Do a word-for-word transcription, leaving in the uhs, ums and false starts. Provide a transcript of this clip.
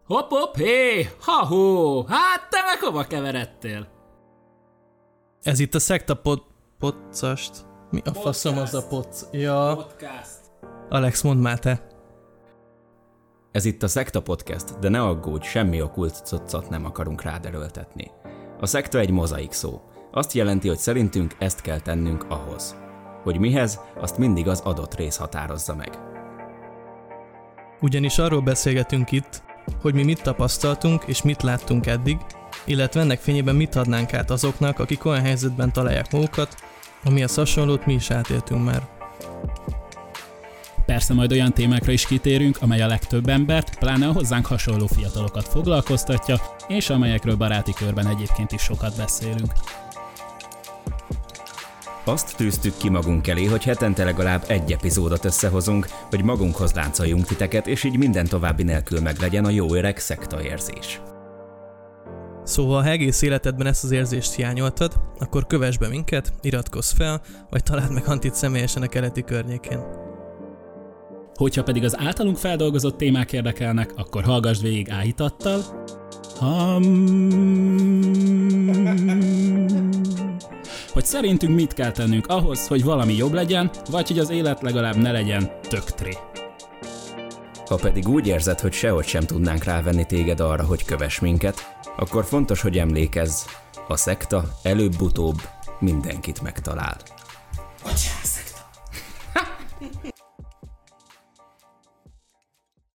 Hopp, hopp, hé, ha-hó, hát te meg hova keveredtél? Ez itt a szekta pod... Poccast? Mi a faszom az a poc... Ja... Podcast. Alex, mondd már te. Ez itt a Szekta Podcast, de ne aggódj, semmi okkult coccat nem akarunk rád erőltetni. A szekta egy mozaik szó. Azt jelenti, hogy szerintünk ezt kell tennünk ahhoz. Hogy mihez, azt mindig az adott rész határozza meg. Ugyanis arról beszélgetünk itt, hogy mi mit tapasztaltunk és mit láttunk eddig, illetve ennek fényében mit adnánk át azoknak, akik olyan helyzetben találják magukat, amihez hasonlót mi is átéltünk már. Persze majd olyan témákra is kitérünk, amely a legtöbb embert, pláne a hozzánk hasonló fiatalokat foglalkoztatja, és amelyekről baráti körben egyébként is sokat beszélünk. Azt tűztük ki magunk elé, hogy hetente legalább egy epizódot összehozunk, hogy magunkhoz láncoljunk titeket, és így minden további nélkül meglegyen a jó öreg szekta érzés. Szóval, ha egész életedben ezt az érzést hiányoltad, akkor kövess be minket, iratkozz fel, vagy találd meg Antit személyesen a keleti környékén. Hogyha pedig az általunk feldolgozott témák érdekelnek, akkor hallgassd végig áhítattal. Hmm... hogy szerintünk mit kell tennünk ahhoz, hogy valami jobb legyen, vagy hogy az élet legalább ne legyen töktré. Ha pedig úgy érzed, hogy sehogy sem tudnánk rávenni téged arra, hogy kövess minket, akkor fontos, hogy emlékezz, a szekta előbb-utóbb mindenkit megtalál. Bocsánat, szekta!